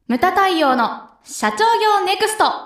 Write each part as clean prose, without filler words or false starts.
ムタ太陽の社長業ネクスト。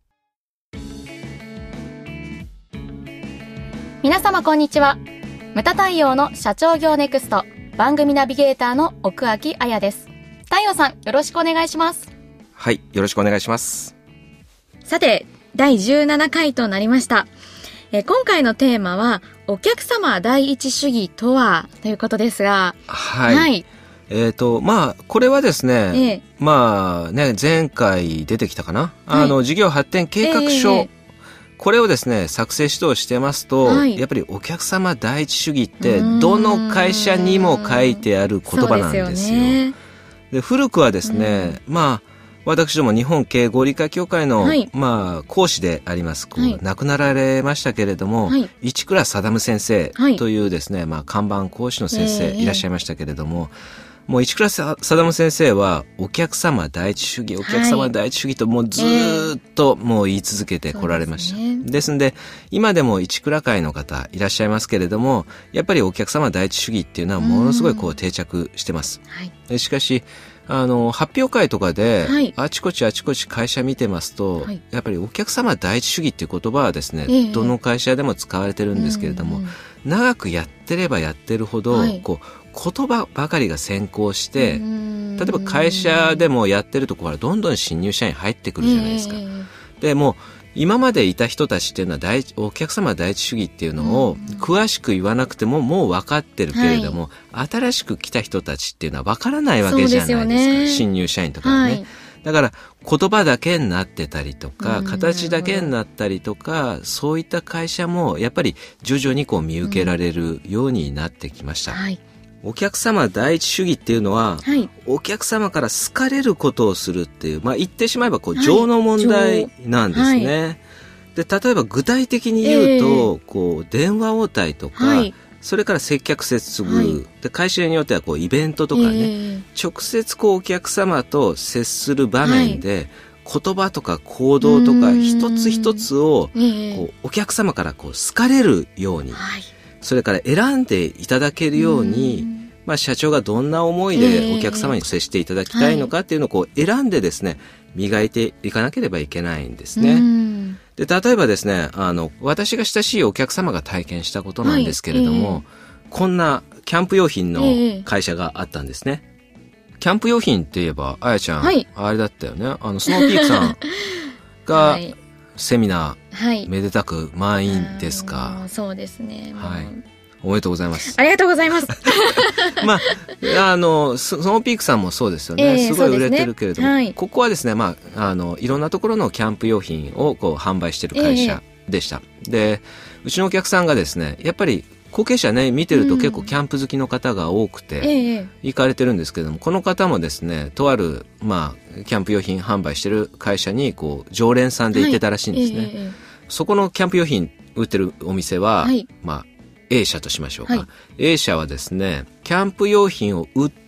皆様こんにちは。ムタ太陽の社長業ネクスト番組ナビゲーターの奥脇彩です。太陽さん、よろしくお願いします。 はい、よろしくお願いします。 さて、第17回となりました。今回のテーマはお客様第一主義とはということですが、 はい、はい、これはですね、前回出てきたかな、事業発展計画書、これをですね作成指導してますと、やっぱりお客様第一主義ってどの会社にも書いてある言葉なんですよ。で、古くはですね、私ども日本経営合理化協会の、講師であります、亡くなられましたけれども、市倉定先生というですね、看板講師の先生いらっしゃいましたけれども、もう市倉定先生はお客様第一主義、お客様第一主義ともうずっともう言い続けてこられました。ですんで、今でも市倉会の方いらっしゃいますけれども、やっぱりお客様第一主義っていうのはものすごい定着してます。しかし、発表会とかで、あちこち会社見てますと、やっぱりお客様第一主義っていう言葉はですね、どの会社でも使われてるんですけれども、長くやってればやってるほど、言葉ばかりが先行して、例えば会社でもやってるところからどんどん新入社員入ってくるじゃないですか。で、もう今までいた人たちっていうのはお客様第一主義っていうのを詳しく言わなくてももう分かってるけれども、新しく来た人たちっていうのは分からないわけじゃないですか。新入社員とかね。だから言葉だけになってたりとか、形だけになったりとか、そういった会社もやっぱり徐々に見受けられるようになってきました。お客様第一主義っていうのは、お客様から好かれることをするっていう、言ってしまえば情の問題なんですね。で、例えば具体的に言うと、電話応対とか、それから接客接遇、で会社によってはイベントとかね、直接お客様と接する場面で、言葉とか行動とか一つ一つを、お客様から好かれるように、それから選んでいただけるように、社長がどんな思いでお客様に接していただきたいのかっていうのを選んでですね、磨いていかなければいけないんですね。で、例えばですね、私が親しいお客様が体験したことなんですけれども、こんなキャンプ用品の会社があったんですね。キャンプ用品って言えば、あやちゃん、あれだったよね。スノーピークさんが、セミナー、めでたく満員ですか。 そうですね。 おめでとうございます。 ありがとうございます。 スノーピークさんもそうですよね。すごい売れてるけれども、ここはですね、いろんなところのキャンプ用品を販売している会社でした。で、うちのお客さんがですね、やっぱり後継者ね、見てると結構キャンプ好きの方が多くて、行かれてるんですけれども、この方もですね、とある、キャンプ用品販売してる会社に、常連さんで行ってたらしいんですね。そこのキャンプ用品売ってるお店は、A 社としましょうか。A 社はですね、キャンプ用品を売って、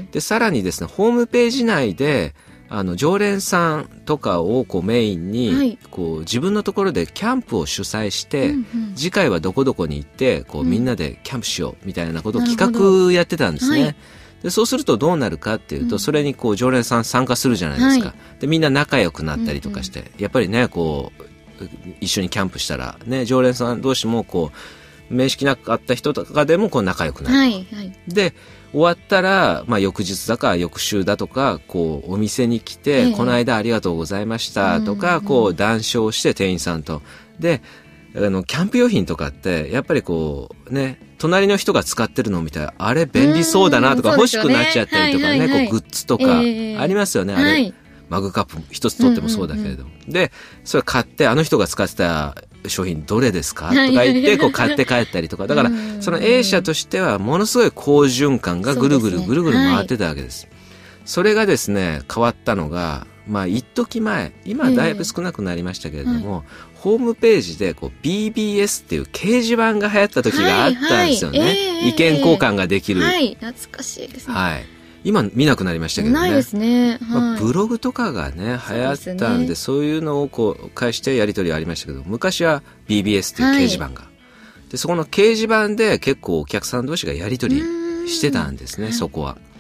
で、さらにですね、ホームページ内で、常連さんとかをメインに、自分のところでキャンプを主催して、次回はどこどこに行って、みんなでキャンプしようみたいなことを企画やってたんですね。で、そうするとどうなるかっていうと、それに常連さん参加するじゃないですか。で、みんな仲良くなったりとかして、やっぱりね、一緒にキャンプしたら、ね、常連さん同士も面識なかった人とかでも仲良くなる。で、終わったら、翌日だか翌週だとか、お店に来て、この間ありがとうございましたとか、談笑して店員さんと。で、キャンプ用品とかって、やっぱり隣の人が使ってるのを見たら、あれ便利そうだなとか、欲しくなっちゃったりとかね、グッズとか、ありますよね、あれ。マグカップ一つ取ってもそうだけれども。で、それ買って、あの人が使ってた商品どれですかとか言って、買って帰ったりとか。だから、その A 社としては、ものすごい好循環がぐるぐる回ってたわけです。それがですね、変わったのが、一時前、今はだいぶ少なくなりましたけれども、ホームページでBBS っていう掲示板が流行った時があったんですよね。意見交換ができる。 懐かしいですね。 今見なくなりましたけどね。 ないですね。 ブログとかがね、流行ったんで、そういうのを返してやり取りありましたけど、昔は BBS っていう掲示板が。で、そこの掲示板で結構お客さん同士がやり取りしてたんですね、そこは。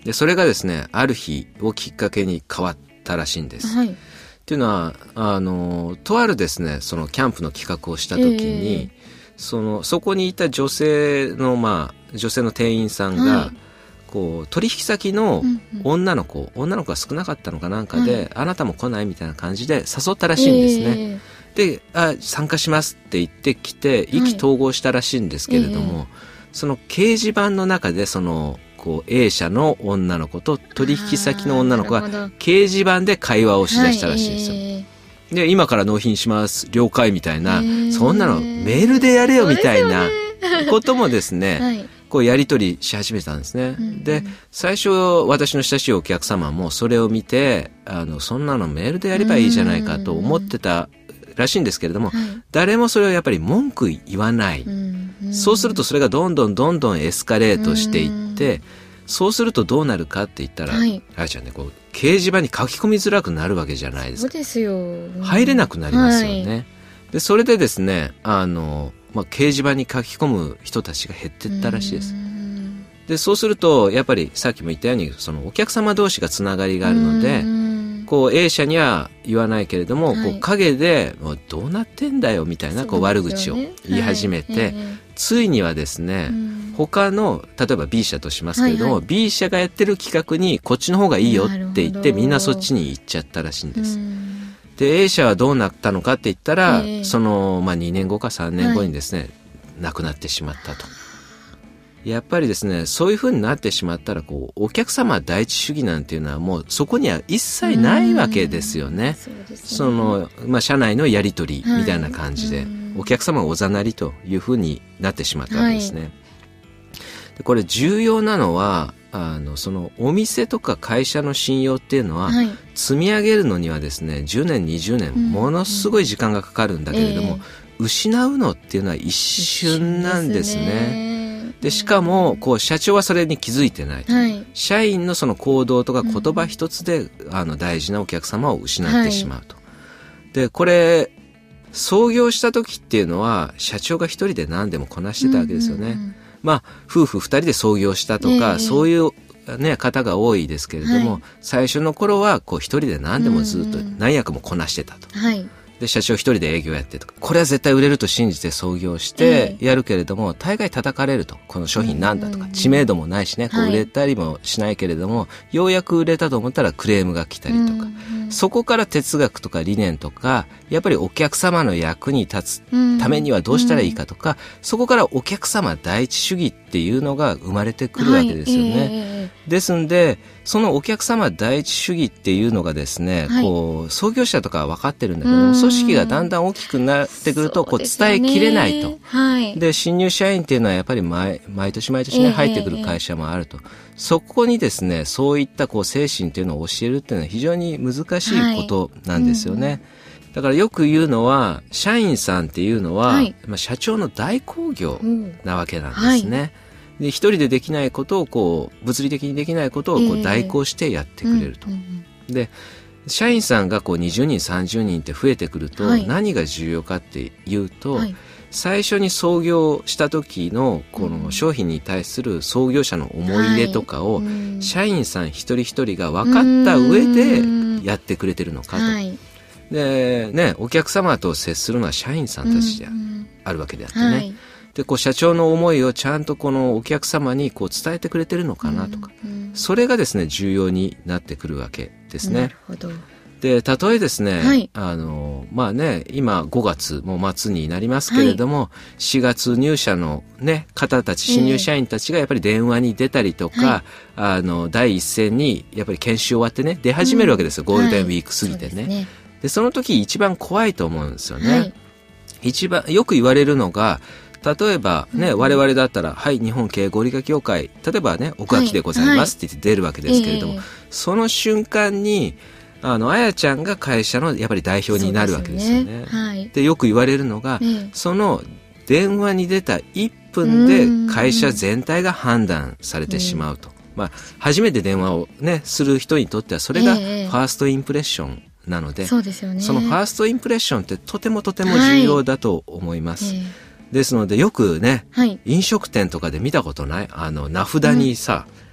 で、それがですね、ある日をきっかけに変わったらしいんです。っていうのは、とあるですね、そのキャンプの企画をした時に、そこにいた女性の店員さんが、こう取引先の女の子が少なかったのかなんかで、あなたも来ないみたいな感じで誘ったらしいんですね。で、参加しますって言ってきて、意気投合したらしいんですけれども、その掲示板の中でこう A 社の女の子と取引先の女の子が掲示板で会話をしだしたらしいんですよ。で、今から納品します了解みたいな、そんなのメールでやれよみたいなこともですね、こうやり取りし始めたんですね。で、最初私の親しいお客様もそれを見て、そんなのメールでやればいいじゃないかと思ってたらしいんですけれども、誰もそれをやっぱり文句言わない。そうするとそれがどんどんエスカレートしていって、そうするとどうなるかって言ったら、あやちゃんね、こう掲示板に書き込みづらくなるわけじゃないですか。 そうですよ。 入れなくなりますよね。で、それでですね、掲示板に書き込む人たちが減っていったらしいです。で、そうするとやっぱりさっきも言ったように、そのお客様同士がつながりがあるので、こう A 社には言わないけれども、こう陰でもうどうなってんだよみたいなこう悪口を言い始めて、ついにはですね、他の例えば B 社としますけれども、B 社がやってる企画にこっちの方がいいよって言って、みんなそっちに行っちゃったらしいんです。で、A 社はどうなったのかって言ったら、2年後か3年後にですね、亡くなってしまったと。やっぱりですね、そういう風になってしまったら、こうお客様第一主義なんていうのはもうそこには一切ないわけですよね。社内のやり取りみたいな感じで、お客様がおざなりという風になってしまったわけですね。で、これ重要なのは、そのお店とか会社の信用っていうのは、積み上げるのにはですね、10年20年ものすごい時間がかかるんだけれども、失うのっていうのは一瞬なんですね。で、しかもこう社長はそれに気づいてない、社員のその行動とか言葉一つで、大事なお客様を失ってしまうと。で、これ創業した時っていうのは社長が一人で何でもこなしてたわけですよね。夫婦二人で創業したとか、そういうね、方が多いですけれども、最初の頃はこう一人で何でもずっと何役もこなしてたと。で、社長一人で営業やってとか、これは絶対売れると信じて創業してやるけれども、大概叩かれると。この商品なんだとか、知名度もないしね、こう売れたりもしないけれども、ようやく売れたと思ったらクレームが来たりとか、そこから哲学とか理念とか、やっぱりお客様の役に立つためにはどうしたらいいかとか、そこからお客様第一主義っていうのが生まれてくるわけですよね。ですんで、そのお客様第一主義っていうのがですね、こう創業者とかは分かってるんだけども、組織がだんだん大きくなってくるとこう伝えきれないと。で、新入社員っていうのはやっぱり毎年ね、入ってくる会社もあると。そこにですね、そういったこう精神っていうのを教えるっていうのは非常に難しいことなんですよね。だからよく言うのは、社員さんっていうのは、社長の代行業なわけなんですね。で、一人でできないことをこう物理的にできないことをこう代行してやってくれると。で、社員さんがこう20人30人って増えてくると、何が重要かっていうと、最初に創業した時のこの商品に対する創業者の思い入れとかを、社員さん一人一人が分かった上でやってくれてるのかと。でね、お客様と接するのは社員さんたちであるわけであってね。で、こう社長の思いをちゃんとこのお客様にこう伝えてくれてるのかなとか、それがですね、重要になってくるわけですね。で、例えですね、今5月もう末になりますけれども、4月入社のね、方たち、新入社員たちがやっぱり電話に出たりとか、第一線にやっぱり研修終わってね、出始めるわけですよ、ゴールデンウィーク過ぎてね。で、その時一番怖いと思うんですよね。一番よく言われるのが、例えばね、我々だったら、はい、日本経営合理化協会、例えばね、奥垣でございますって言って出るわけですけれども、その瞬間に、あやちゃんが会社のやっぱり代表になるわけですよね。で、よく言われるのが、その電話に出た1分で会社全体が判断されてしまうと。初めて電話をね、する人にとっては、それがファーストインプレッションなので、そのファーストインプレッションってとても重要だと思います。ですので、よくね、飲食店とかで見たことない？名札にさ、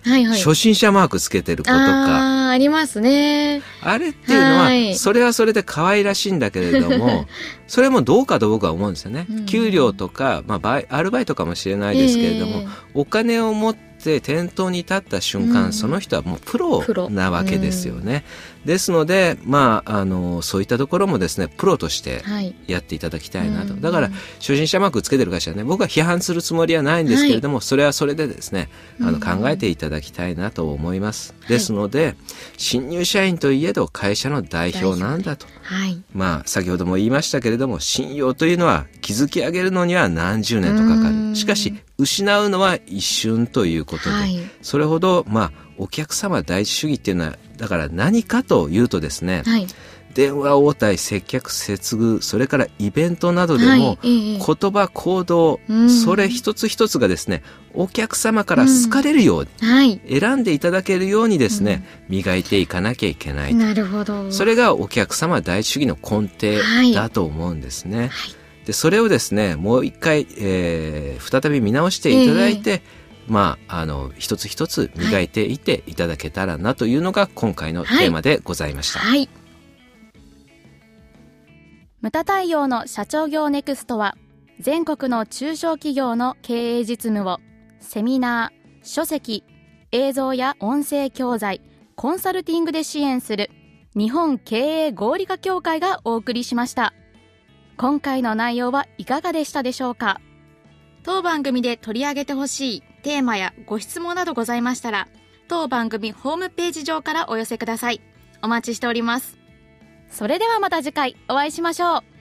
はいはい。 初心者マークつけてる子とか。 ありますね。 あれっていうのは、はい、それはそれで可愛らしいんだけれども、それもどうかと僕は思うんですよね。給料とか、まあ、アルバイトかもしれないですけれども、お金を持って店頭に立った瞬間、その人はもうプロなわけですよね。ですので、まあ、そういったところもですね、プロとしてやっていただきたいなと。だから、初心者マークつけてる会社はね、僕は批判するつもりはないんですけれども、それはそれでですね、考えていただきたいなと思います。ですので、新入社員といえど会社の代表なんだと。まあ、先ほども言いましたけれども、信用というのは築き上げるのには何十年とかかる。しかし、失うのは一瞬ということで、それほど、まあ、お客様第一主義っていうのは、だから何かというとですね、電話応対、接客、接遇、それからイベントなどでも、言葉、行動、それ一つ一つがですね、お客様から好かれるように、選んでいただけるようにですね、磨いていかなきゃいけない。 なるほど。 それがお客様第一主義の根底だと思うんですね。で、それをですね、もう一回、再び見直していただいて、まあ、一つ一つ磨いていっていただけたらなというのが今回のテーマでございました。 ムタ対応の社長業ネクストは、全国の中小企業の経営実務をセミナー、書籍、映像や音声教材、コンサルティングで支援する日本経営合理化協会がお送りしました。今回の内容はいかがでしたでしょうか。 当番組で取り上げてほしいテーマやご質問などございましたら、当番組ホームページ上からお寄せください。お待ちしております。 それではまた次回お会いしましょう。